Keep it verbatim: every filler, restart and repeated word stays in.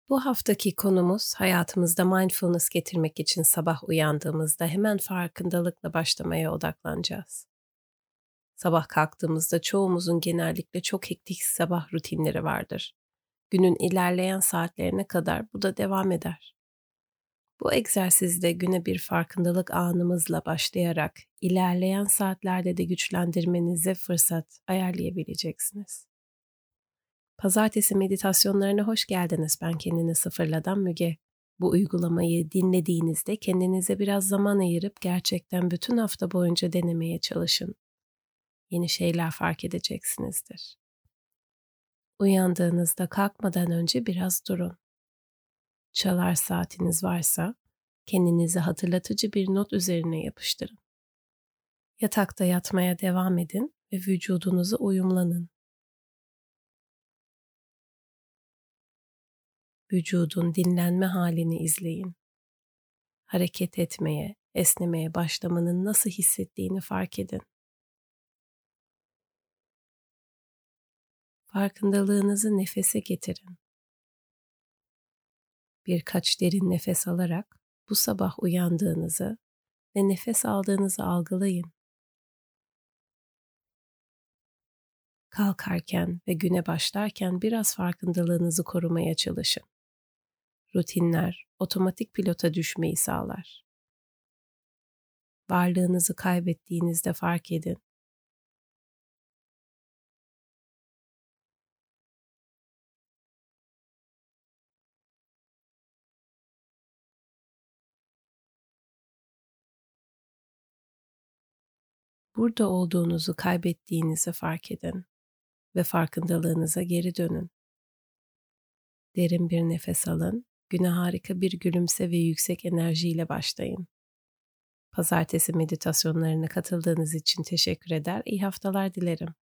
Bu haftaki konumuz hayatımızda mindfulness getirmek için sabah uyandığımızda hemen farkındalıkla başlamaya odaklanacağız. Sabah kalktığımızda çoğumuzun genellikle çok hektik sabah rutinleri vardır. Günün ilerleyen saatlerine kadar bu da devam eder. Bu egzersizde güne bir farkındalık anımızla başlayarak ilerleyen saatlerde de güçlendirmenize fırsat ayarlayabileceksiniz. Pazartesi meditasyonlarına hoş geldiniz. Ben kendini sıfırladan Müge. Bu uygulamayı dinlediğinizde kendinize biraz zaman ayırıp gerçekten bütün hafta boyunca denemeye çalışın. Yeni şeyler fark edeceksinizdir. Uyandığınızda kalkmadan önce biraz durun. Çalar saatiniz varsa kendinize hatırlatıcı bir not üzerine yapıştırın. Yatakta yatmaya devam edin ve vücudunuzu uyumlanın. Vücudun dinlenme halini izleyin. Hareket etmeye, esnemeye başlamanın nasıl hissettiğini fark edin. Farkındalığınızı nefese getirin. Birkaç derin nefes alarak bu sabah uyandığınızı ve nefes aldığınızı algılayın. Kalkarken ve güne başlarken biraz farkındalığınızı korumaya çalışın. Rutinler otomatik pilota düşmeyi sağlar. Varlığınızı kaybettiğinizde fark edin. Burada olduğunuzu kaybettiğinizi fark edin ve farkındalığınıza geri dönün. Derin bir nefes alın, güne harika bir gülümse ve yüksek enerjiyle başlayın. Pazartesi meditasyonlarına katıldığınız için teşekkür eder, iyi haftalar dilerim.